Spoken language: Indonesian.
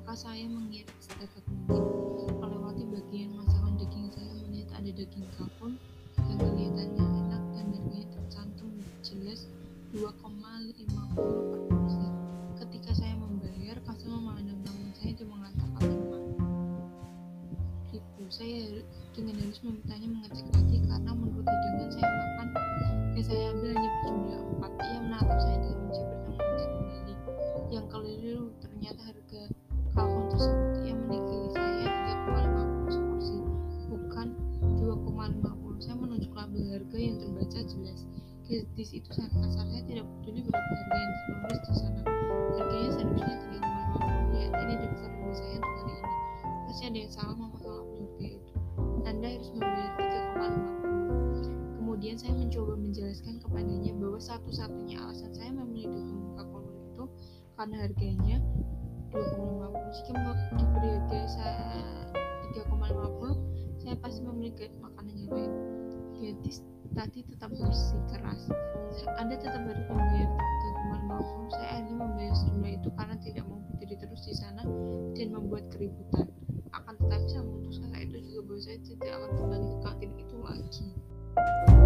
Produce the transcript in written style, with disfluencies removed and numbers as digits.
maka saya mengirit sedekat mungkin. Melewati bagian masakan daging, saya melihat ada daging kapur yang kelihatannya enak dan harganya tercantum jelas 2,50 per porsi. Ketika saya membayar, kasir memandang tangan saya dan mengatakan 5.000. Saya dengan harus memintanya mengecek lagi karena menurut hidangan saya makan yang saya ambil hanya berjumlah 4. Ia menatap saya dengan mencibir dan mengecek kembali. Yang keliru, ternyata harga kalkun tersebut. Ia menagih saya 3,50 seporsi, bukan 2,50. Saya menunjuk label harga yang terbaca jelas. Gadis itu sangat kasar. Saya tidak peduli berapa harga yang tertulis di sana. Harganya seharusnya 3,50. Lihat, ini daftar harga saya untuk hari ini. Pasti ada yang salah memakai label harga itu. Anda harus membayar 3,50. Kemudian saya mencoba menjelaskan kepadanya bahwa satu-satunya alasan saya memilih daging kalkun itu karena harganya 2,50. Jika diberi harga 3,50, saya pasti memilih makanan yang lain. Gadis tadi tetap bersikeras. Anda tetap harus membayar 3,50. Saya akhirnya membayar sejumlah itu karena tidak mau berdiri terus di sana dan membuat keributan. Akan tetapi saya memutuskan saat itu juga bahwa saya tidak akan kembali ke kantin itu lagi.